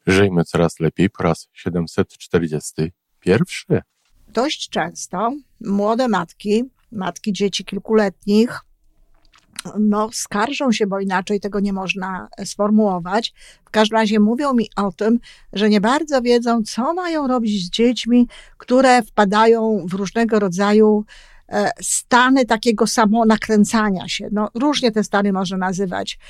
Żyjmy coraz lepiej po raz 741. Dość często młode matki dzieci kilkuletnich, skarżą się, bo inaczej tego nie można sformułować. W każdym razie mówią mi o tym, że nie bardzo wiedzą, co mają robić z dziećmi, które wpadają w różnego rodzaju stany takiego samonakręcania się. Różnie te stany można nazywać.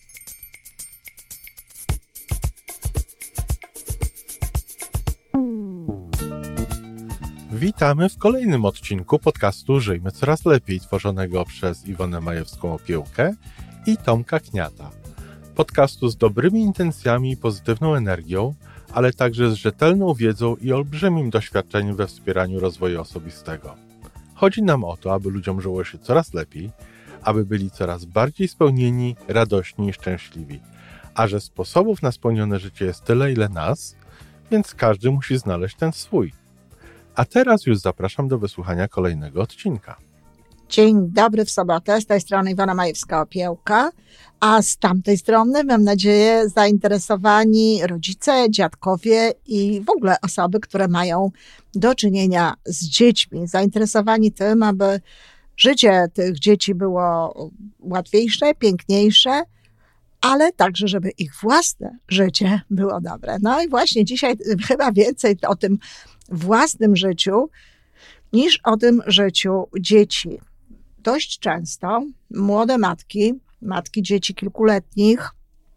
Witamy w kolejnym odcinku podcastu Żyjmy Coraz Lepiej, tworzonego przez Iwonę Majewską-Opiełkę i Tomka Kniata. Podcastu z dobrymi intencjami i pozytywną energią, ale także z rzetelną wiedzą i olbrzymim doświadczeniem we wspieraniu rozwoju osobistego. Chodzi nam o to, aby ludziom żyło się coraz lepiej, aby byli coraz bardziej spełnieni, radośni i szczęśliwi. A że sposobów na spełnione życie jest tyle, ile nas, więc każdy musi znaleźć ten swój. A teraz już zapraszam do wysłuchania kolejnego odcinka. Dzień dobry w sobotę, z tej strony Iwona Majewska-Opiełka, a z tamtej strony, mam nadzieję, zainteresowani rodzice, dziadkowie i w ogóle osoby, które mają do czynienia z dziećmi, zainteresowani tym, aby życie tych dzieci było łatwiejsze, piękniejsze, ale także, żeby ich własne życie było dobre. I właśnie dzisiaj chyba więcej o tym własnym życiu niż o tym życiu dzieci. Dość często młode matki dzieci kilkuletnich,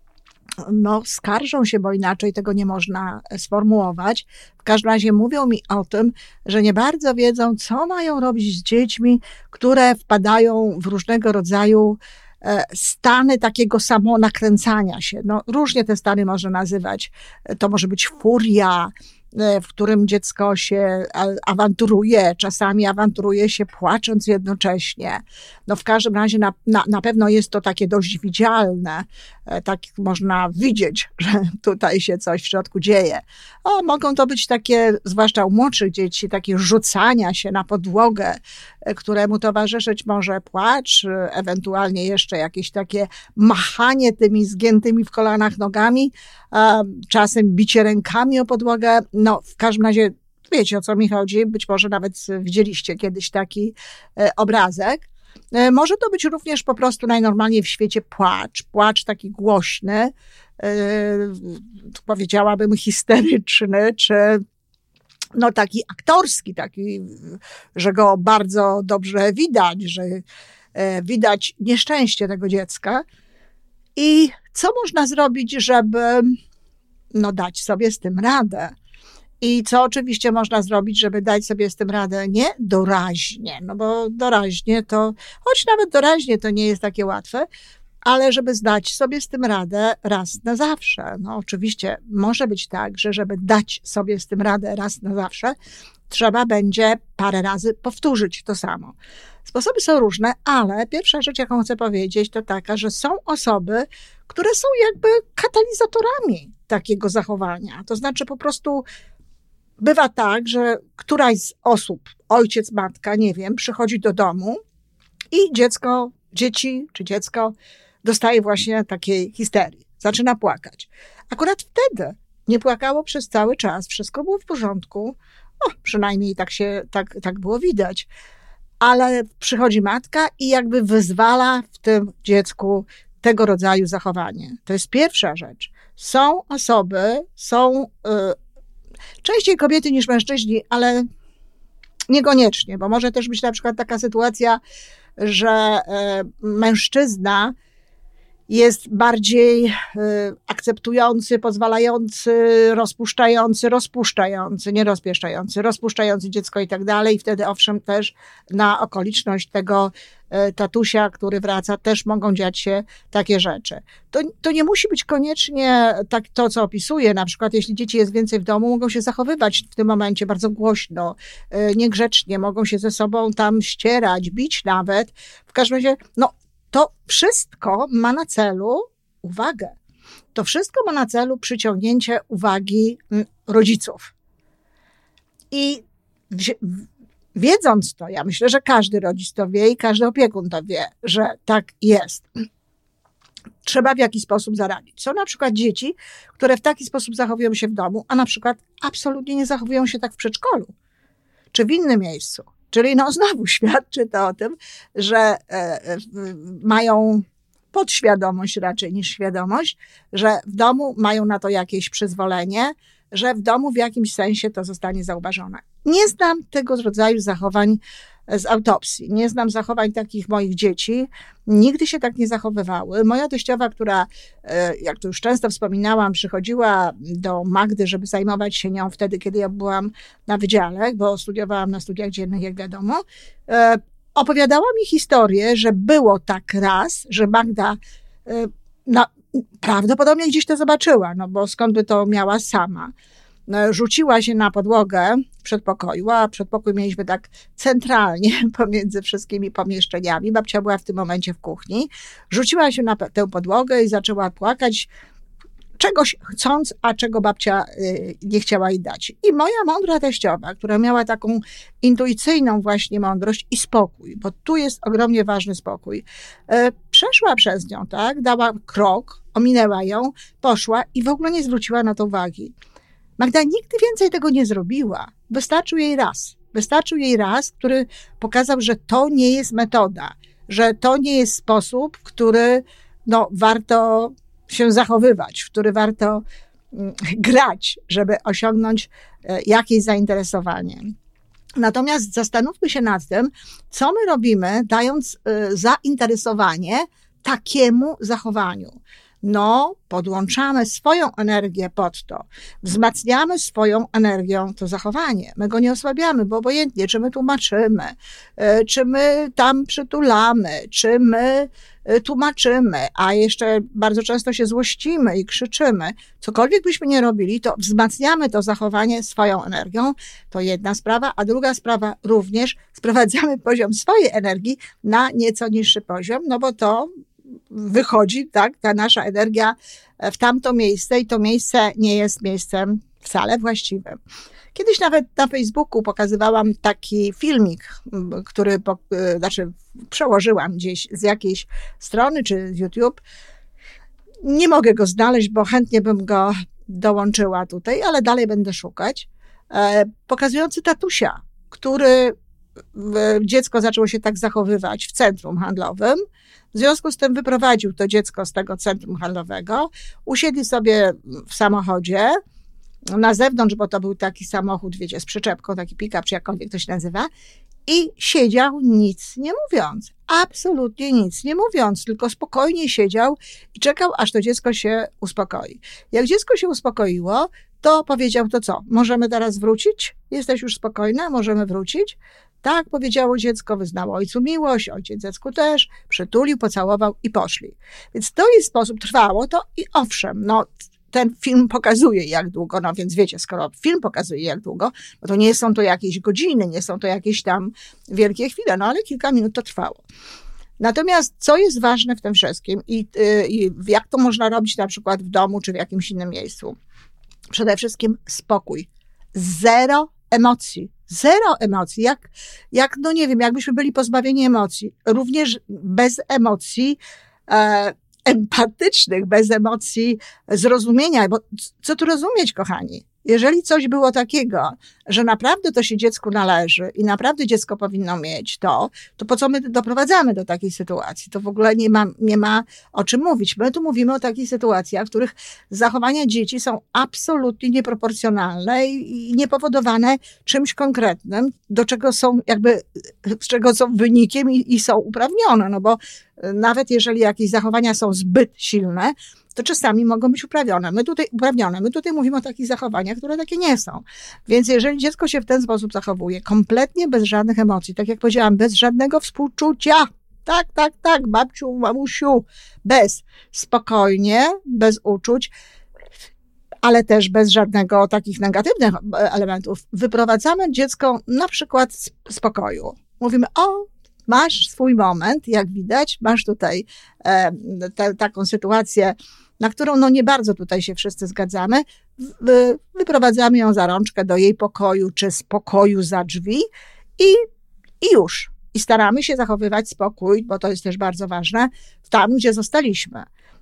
skarżą się, bo inaczej tego nie można sformułować. W każdym razie mówią mi o tym, że nie bardzo wiedzą, co mają robić z dziećmi, które wpadają w różnego rodzaju stany takiego samonakręcania się. Różnie te stany można nazywać. To może być furia, w którym dziecko się awanturuje, czasami awanturuje się płacząc jednocześnie. W każdym razie na pewno jest to takie dość widzialne. Tak można widzieć, że tutaj się coś w środku dzieje. Mogą to być takie, zwłaszcza u młodszych dzieci, takie rzucania się na podłogę, któremu towarzyszyć może płacz, ewentualnie jeszcze jakieś takie machanie tymi zgiętymi w kolanach nogami, czasem bicie rękami o podłogę. W każdym razie wiecie, o co mi chodzi. Być może nawet widzieliście kiedyś taki obrazek. Może to być również po prostu najnormalniej w świecie płacz taki głośny, powiedziałabym histeryczny, czy taki aktorski, taki, że go bardzo dobrze widać, że widać nieszczęście tego dziecka. I co można zrobić, żeby dać sobie z tym radę? I co oczywiście można zrobić, żeby dać sobie z tym radę? Nie doraźnie, bo doraźnie to, choć nawet doraźnie to nie jest takie łatwe, ale żeby zdać sobie z tym radę raz na zawsze. Oczywiście może być tak, że żeby dać sobie z tym radę raz na zawsze, trzeba będzie parę razy powtórzyć to samo. Sposoby są różne, ale pierwsza rzecz, jaką chcę powiedzieć, to taka, że są osoby, które są jakby katalizatorami takiego zachowania. To znaczy po prostu bywa tak, że któraś z osób, ojciec, matka, nie wiem, przychodzi do domu i dziecko dostaje właśnie takiej histerii. Zaczyna płakać. Akurat wtedy nie płakało przez cały czas, wszystko było w porządku. Przynajmniej tak było widać. Ale przychodzi matka i jakby wyzwala w tym dziecku tego rodzaju zachowanie. To jest pierwsza rzecz. Są osoby, częściej kobiety niż mężczyźni, ale niekoniecznie, bo może też być na przykład taka sytuacja, że mężczyzna jest bardziej akceptujący, pozwalający, rozpuszczający, nie rozpieszczający, rozpuszczający dziecko i tak dalej. I wtedy owszem też na okoliczność tego tatusia, który wraca, też mogą dziać się takie rzeczy. To nie musi być koniecznie tak to, co opisuję. Na przykład jeśli dzieci jest więcej w domu, mogą się zachowywać w tym momencie bardzo głośno, niegrzecznie, mogą się ze sobą tam ścierać, bić nawet. W każdym razie, to wszystko ma na celu, uwagę, to wszystko ma na celu przyciągnięcie uwagi rodziców. I wiedząc to, ja myślę, że każdy rodzic to wie i każdy opiekun to wie, że tak jest. trzeba w jakiś sposób zaradzić. Są na przykład dzieci, które w taki sposób zachowują się w domu, a na przykład absolutnie nie zachowują się tak w przedszkolu czy w innym miejscu. Czyli znowu świadczy to o tym, że mają podświadomość raczej niż świadomość, że w domu mają na to jakieś przyzwolenie, że w domu w jakimś sensie to zostanie zauważone. Nie znam tego rodzaju zachowań z autopsji. Nie znam zachowań takich moich dzieci. Nigdy się tak nie zachowywały. Moja teściowa, która, jak to już często wspominałam, przychodziła do Magdy, żeby zajmować się nią wtedy, kiedy ja byłam na wydziale, bo studiowałam na studiach dziennych, jak wiadomo, opowiadała mi historię, że było tak raz, że Magda prawdopodobnie gdzieś to zobaczyła, bo skąd by to miała sama. Rzuciła się na podłogę w przedpokoju, a przedpokój mieliśmy tak centralnie pomiędzy wszystkimi pomieszczeniami. Babcia była w tym momencie w kuchni. Rzuciła się na tę podłogę i zaczęła płakać, czegoś chcąc, a czego babcia nie chciała jej dać. I moja mądra teściowa, która miała taką intuicyjną właśnie mądrość i spokój, bo tu jest ogromnie ważny spokój, przeszła przez nią, tak, dała krok, ominęła ją, poszła i w ogóle nie zwróciła na to uwagi. Magda nigdy więcej tego nie zrobiła. Wystarczył jej raz, który pokazał, że to nie jest metoda, że to nie jest sposób, w który warto się zachowywać, w który warto grać, żeby osiągnąć jakieś zainteresowanie. Natomiast zastanówmy się nad tym, co my robimy, dając zainteresowanie takiemu zachowaniu. Podłączamy swoją energię pod to, wzmacniamy swoją energią to zachowanie. My go nie osłabiamy, bo obojętnie, czy my tłumaczymy, czy my tam przytulamy, czy my tłumaczymy, a jeszcze bardzo często się złościmy i krzyczymy. Cokolwiek byśmy nie robili, to wzmacniamy to zachowanie swoją energią. To jedna sprawa, a druga sprawa również sprowadzamy poziom swojej energii na nieco niższy poziom, bo to wychodzi, tak, ta nasza energia w tamto miejsce i to miejsce nie jest miejscem wcale właściwym. Kiedyś nawet na Facebooku pokazywałam taki filmik, który przełożyłam gdzieś z jakiejś strony czy z YouTube. Nie mogę go znaleźć, bo chętnie bym go dołączyła tutaj, ale dalej będę szukać. Pokazujący tatusia, który dziecko zaczęło się tak zachowywać w centrum handlowym. W związku z tym wyprowadził to dziecko z tego centrum handlowego, usiedli sobie w samochodzie na zewnątrz, bo to był taki samochód, wiecie, z przyczepką, taki pick-up, czy jakkolwiek to się nazywa, i siedział nic nie mówiąc, absolutnie nic nie mówiąc, tylko spokojnie siedział i czekał, aż to dziecko się uspokoi. Jak dziecko się uspokoiło, to powiedział, to co, możemy teraz wrócić? Jesteś już spokojna, możemy wrócić? Tak, powiedziało dziecko, wyznało ojcu miłość, ojciec dziecku też, przytulił, pocałował i poszli. Więc to jest sposób, trwało to i owszem, ten film pokazuje jak długo, więc wiecie, skoro film pokazuje jak długo, to nie są to jakieś godziny, nie są to jakieś tam wielkie chwile, ale kilka minut to trwało. Natomiast co jest ważne w tym wszystkim i jak to można robić na przykład w domu czy w jakimś innym miejscu? Przede wszystkim spokój. Zero emocji. Nie wiem, jakbyśmy byli pozbawieni emocji. Również bez emocji empatycznych, bez emocji zrozumienia, bo co tu rozumieć, kochani? Jeżeli coś było takiego, że naprawdę to się dziecku należy i naprawdę dziecko powinno mieć to po co my doprowadzamy do takiej sytuacji? To w ogóle nie ma o czym mówić. My tu mówimy o takich sytuacjach, w których zachowania dzieci są absolutnie nieproporcjonalne i niepowodowane czymś konkretnym, z czego są wynikiem i są uprawnione, bo nawet jeżeli jakieś zachowania są zbyt silne, to czasami mogą być uprawnione. My tutaj mówimy o takich zachowaniach, które takie nie są. Więc jeżeli dziecko się w ten sposób zachowuje, kompletnie bez żadnych emocji, tak jak powiedziałam, bez żadnego współczucia, tak, babciu, mamusiu, spokojnie, bez uczuć, ale też bez żadnego takich negatywnych elementów, wyprowadzamy dziecko na przykład z pokoju. Mówimy, masz swój moment, jak widać, masz tutaj taką sytuację, na którą nie bardzo tutaj się wszyscy zgadzamy. Wyprowadzamy ją za rączkę do jej pokoju, czy z pokoju za drzwi i już. I staramy się zachowywać spokój, bo to jest też bardzo ważne, tam, gdzie zostaliśmy.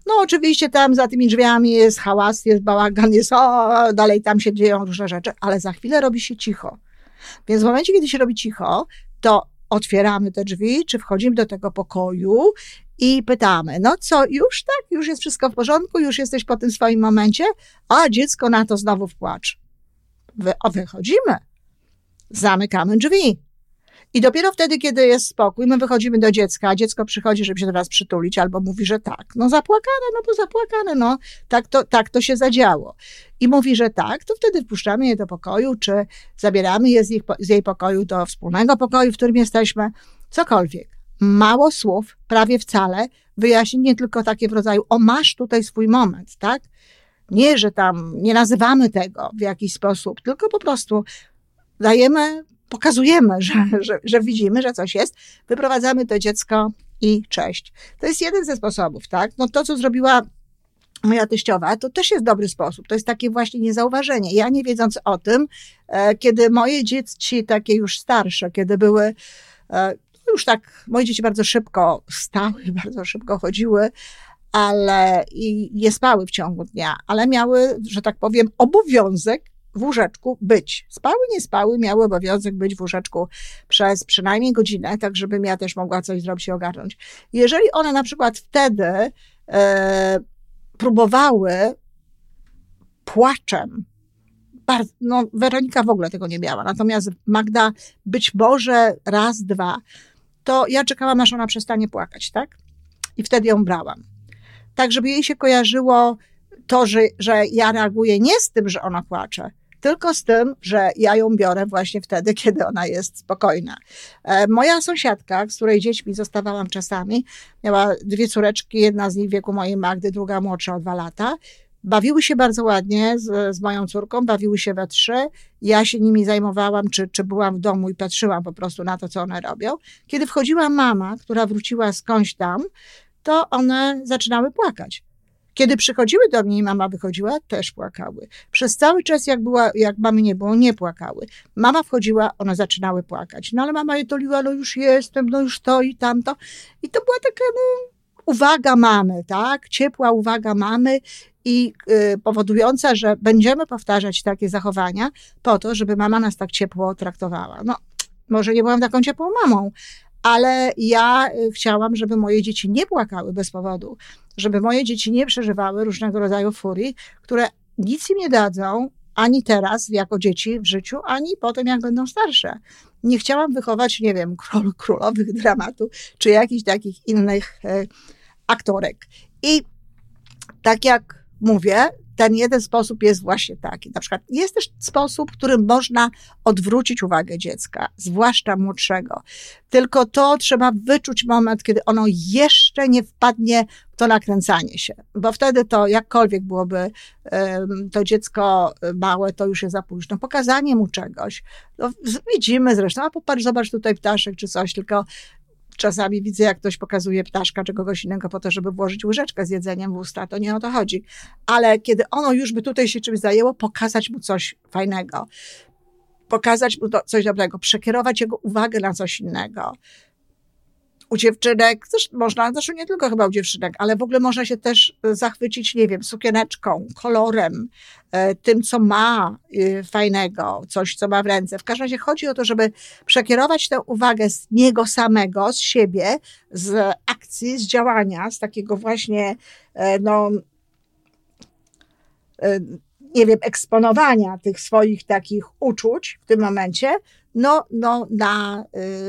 No oczywiście tam za tymi drzwiami jest hałas, jest bałagan, dalej tam się dzieją różne rzeczy, ale za chwilę robi się cicho. Więc w momencie, kiedy się robi cicho, to otwieramy te drzwi, czy wchodzimy do tego pokoju i pytamy, no co, już tak, już jest wszystko w porządku, już jesteś po tym swoim momencie, a dziecko na to znowu w płacz. Wychodzimy, zamykamy drzwi. I dopiero wtedy, kiedy jest spokój, my wychodzimy do dziecka, a dziecko przychodzi, żeby się do nas przytulić, albo mówi, że tak, no zapłakane, no tak to się zadziało. I mówi, że tak, to wtedy wpuszczamy je do pokoju, czy zabieramy je z jej pokoju do wspólnego pokoju, w którym jesteśmy, cokolwiek. Mało słów, prawie wcale, wyjaśnienie tylko takie w rodzaju, masz tutaj swój moment, tak? Nie, że tam nie nazywamy tego w jakiś sposób, tylko po prostu pokazujemy, że widzimy, że coś jest, wyprowadzamy to dziecko i cześć. To jest jeden ze sposobów, tak? No to, co zrobiła moja teściowa, to też jest dobry sposób. To jest takie właśnie niezauważenie. Ja nie wiedząc o tym, kiedy moje dzieci takie już starsze, kiedy były już tak, moje dzieci bardzo szybko stały, bardzo szybko chodziły, ale i nie spały w ciągu dnia, ale miały, że tak powiem, obowiązek w łóżeczku być. Spały, nie spały, miały obowiązek być w łóżeczku przez przynajmniej godzinę, tak żebym ja też mogła coś zrobić i ogarnąć. Jeżeli one na przykład wtedy próbowały płaczem, no Weronika w ogóle tego nie miała, natomiast Magda być może raz, dwa, to ja czekałam, aż ona przestanie płakać, tak? I wtedy ją brałam. Tak, żeby jej się kojarzyło to, że ja reaguję nie z tym, że ona płacze, tylko z tym, że ja ją biorę właśnie wtedy, kiedy ona jest spokojna. Moja sąsiadka, z której dziećmi zostawałam czasami, miała 2 córeczki, jedna z nich w wieku mojej Magdy, druga młodsza o 2 lata. Bawiły się bardzo ładnie z moją córką, bawiły się we 3. Ja się nimi zajmowałam, czy byłam w domu i patrzyłam po prostu na to, co one robią. Kiedy wchodziła mama, która wróciła skądś tam, to one zaczynały płakać. Kiedy przychodziły do mnie i mama wychodziła, też płakały. Przez cały czas, jak mamy nie było, nie płakały. Mama wchodziła, one zaczynały płakać. No ale mama je toliła, no już jestem, no już to i tamto. I to była taka, uwaga mamy, tak? Ciepła uwaga mamy i powodująca, że będziemy powtarzać takie zachowania po to, żeby mama nas tak ciepło traktowała. No, może nie byłam taką ciepłą mamą, ale ja chciałam, żeby moje dzieci nie płakały bez powodu, żeby moje dzieci nie przeżywały różnego rodzaju furii, które nic im nie dadzą, ani teraz jako dzieci w życiu, ani potem jak będą starsze. Nie chciałam wychować, nie wiem, królowych dramatu, czy jakichś takich innych aktorek. I tak jak mówię, ten jeden sposób jest właśnie taki. Na przykład jest też sposób, którym można odwrócić uwagę dziecka, zwłaszcza młodszego. Tylko to trzeba wyczuć moment, kiedy ono jeszcze nie wpadnie w to nakręcanie się. Bo wtedy to jakkolwiek byłoby to dziecko małe, to już jest za późno. Pokazanie mu czegoś. No, widzimy zresztą, a popatrz, zobacz tutaj ptaszek czy coś, tylko czasami widzę, jak ktoś pokazuje ptaszka czy kogoś innego po to, żeby włożyć łyżeczkę z jedzeniem w usta, to nie o to chodzi. Ale kiedy ono już by tutaj się czymś zajęło, pokazać mu coś fajnego, pokazać mu coś dobrego, przekierować jego uwagę na coś innego. U dziewczynek, zresztą nie tylko chyba u dziewczynek, ale w ogóle można się też zachwycić, nie wiem, sukieneczką, kolorem, tym, co ma fajnego, coś, co ma w ręce. W każdym razie chodzi o to, żeby przekierować tę uwagę z niego samego, z siebie, z akcji, z działania, z takiego właśnie, nie wiem, eksponowania tych swoich takich uczuć w tym momencie, na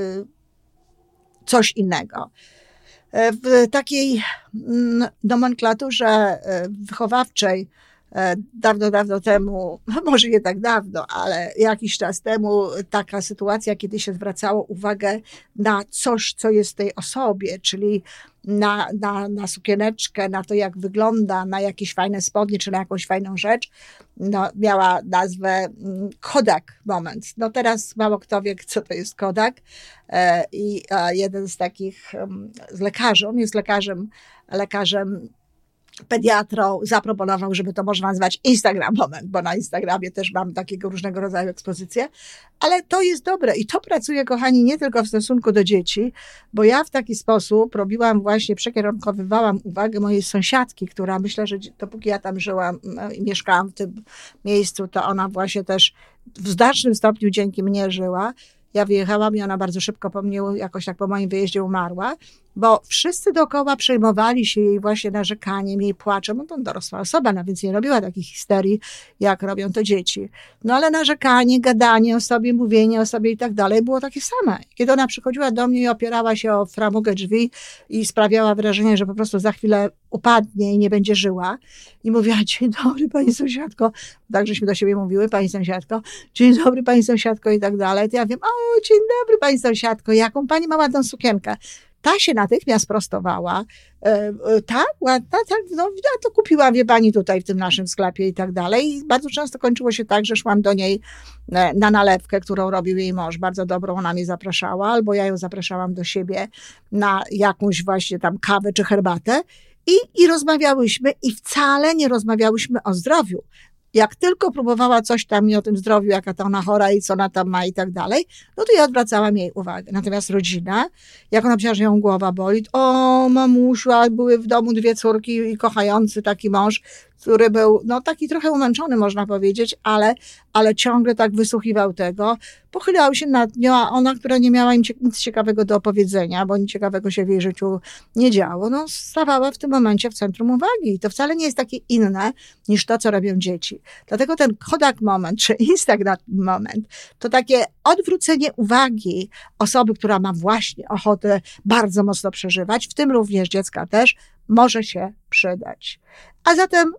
coś innego. W takiej nomenklaturze wychowawczej dawno temu, może nie tak dawno, ale jakiś czas temu taka sytuacja, kiedy się zwracało uwagę na coś, co jest w tej osobie, czyli na sukieneczkę, na to, jak wygląda, na jakieś fajne spodnie, czy na jakąś fajną rzecz, miała nazwę Kodak Moment. No teraz mało kto wie, co to jest Kodak. I jeden z takich z lekarzy, on jest lekarzem pediatrą, zaproponował, żeby to można nazwać Instagram Moment, bo na Instagramie też mam takiego różnego rodzaju ekspozycje, ale to jest dobre i to pracuje, kochani, nie tylko w stosunku do dzieci, bo ja w taki sposób robiłam właśnie, przekierunkowywałam uwagę mojej sąsiadki, która myślę, że dopóki ja tam żyłam i mieszkałam w tym miejscu, to ona właśnie też w znacznym stopniu dzięki mnie żyła. Ja wyjechałam i ona bardzo szybko po mnie, jakoś tak po moim wyjeździe umarła, bo wszyscy dookoła przejmowali się jej właśnie narzekaniem, jej płaczem, bo to dorosła osoba, no więc nie robiła takich histerii, jak robią to dzieci. No ale narzekanie, gadanie o sobie, mówienie o sobie i tak dalej było takie same. Kiedy ona przychodziła do mnie i opierała się o framugę drzwi i sprawiała wrażenie, że po prostu za chwilę upadnie i nie będzie żyła i mówiła: dzień dobry pani sąsiadko, tak żeśmy do siebie mówiły, pani sąsiadko, dzień dobry pani sąsiadko i tak dalej, to ja wiem: o, dzień dobry pani sąsiadko, jaką pani ma ładną sukienkę. Ta się natychmiast prostowała. Tak, ładna, tak, no ja to kupiłam, wie pani, tutaj w tym naszym sklepie i tak dalej. I bardzo często kończyło się tak, że szłam do niej na nalewkę, którą robił jej mąż, bardzo dobrą, ona mnie zapraszała, albo ja ją zapraszałam do siebie na jakąś właśnie tam kawę czy herbatę i rozmawiałyśmy i wcale nie rozmawiałyśmy o zdrowiu. Jak tylko próbowała coś tam mi o tym zdrowiu, jaka to ona chora i co ona tam ma i tak dalej, no to ja odwracałam jej uwagę. Natomiast rodzina, jak ona powiedziała, że ją głowa boli, o mamusiu, a były w domu 2 córki i kochający taki mąż, który był, no taki trochę umęczony, można powiedzieć, ale ciągle tak wysłuchiwał tego, pochylał się nad nią, a ona, która nie miała nic ciekawego do opowiedzenia, bo nic ciekawego się w jej życiu nie działo, no stawała w tym momencie w centrum uwagi. I to wcale nie jest takie inne niż to, co robią dzieci. Dlatego ten Kodak Moment, czy Instagram Moment, to takie odwrócenie uwagi osoby, która ma właśnie ochotę bardzo mocno przeżywać, w tym również dziecka też, może się przydać. A zatem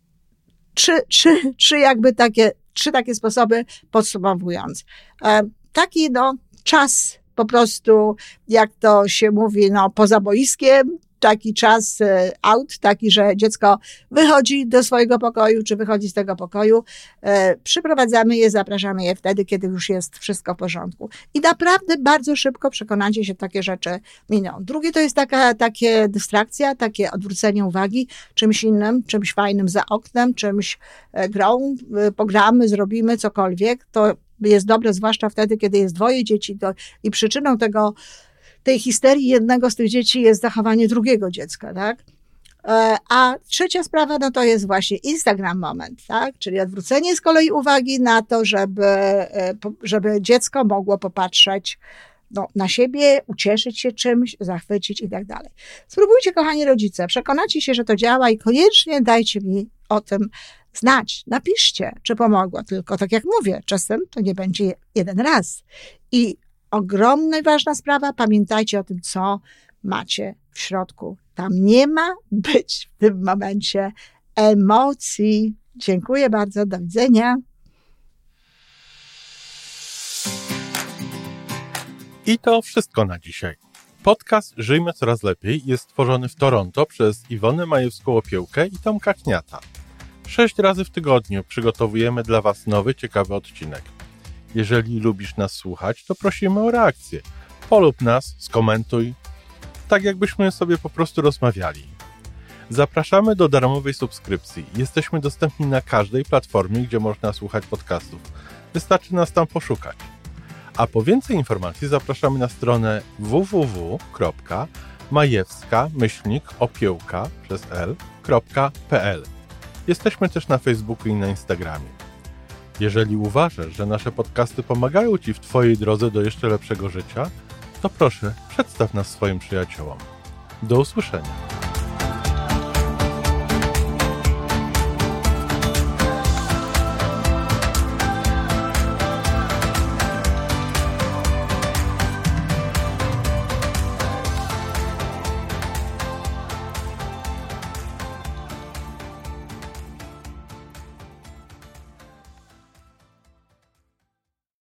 trzy takie sposoby, podsumowując. Taki czas po prostu, jak to się mówi, poza boiskiem, taki czas out, taki, że dziecko wychodzi do swojego pokoju, czy wychodzi z tego pokoju, przyprowadzamy je, zapraszamy je wtedy, kiedy już jest wszystko w porządku. I naprawdę bardzo szybko przekonacie się, takie rzeczy miną. Drugie to jest takie dystrakcja, takie odwrócenie uwagi czymś innym, czymś fajnym za oknem, czymś grą, pogramy, zrobimy cokolwiek. To jest dobre, zwłaszcza wtedy, kiedy jest 2 dzieci i przyczyną tej histerii jednego z tych dzieci jest zachowanie drugiego dziecka, tak? A trzecia sprawa, to jest właśnie Instagram Moment, tak? Czyli odwrócenie z kolei uwagi na to, żeby dziecko mogło popatrzeć na siebie, ucieszyć się czymś, zachwycić i tak dalej. Spróbujcie, kochani rodzice, przekonacie się, że to działa i koniecznie dajcie mi o tym znać. Napiszcie, czy pomogło. Tylko tak jak mówię, czasem to nie będzie jeden raz. I ogromna i ważna sprawa, pamiętajcie o tym, co macie w środku. Tam nie ma być w tym momencie emocji. Dziękuję bardzo, do widzenia. I to wszystko na dzisiaj. Podcast Żyjmy Coraz Lepiej jest stworzony w Toronto przez Iwonę Majewską-Opiełkę i Tomka Kniata. 6 razy w tygodniu przygotowujemy dla Was nowy, ciekawy odcinek. Jeżeli lubisz nas słuchać, to prosimy o reakcję. Polub nas, skomentuj, tak jakbyśmy sobie po prostu rozmawiali. Zapraszamy do darmowej subskrypcji. Jesteśmy dostępni na każdej platformie, gdzie można słuchać podcastów. Wystarczy nas tam poszukać. A po więcej informacji zapraszamy na stronę www.majewska-opiełka.pl. Jesteśmy też na Facebooku i na Instagramie. Jeżeli uważasz, że nasze podcasty pomagają Ci w Twojej drodze do jeszcze lepszego życia, to proszę, przedstaw nas swoim przyjaciołom. Do usłyszenia.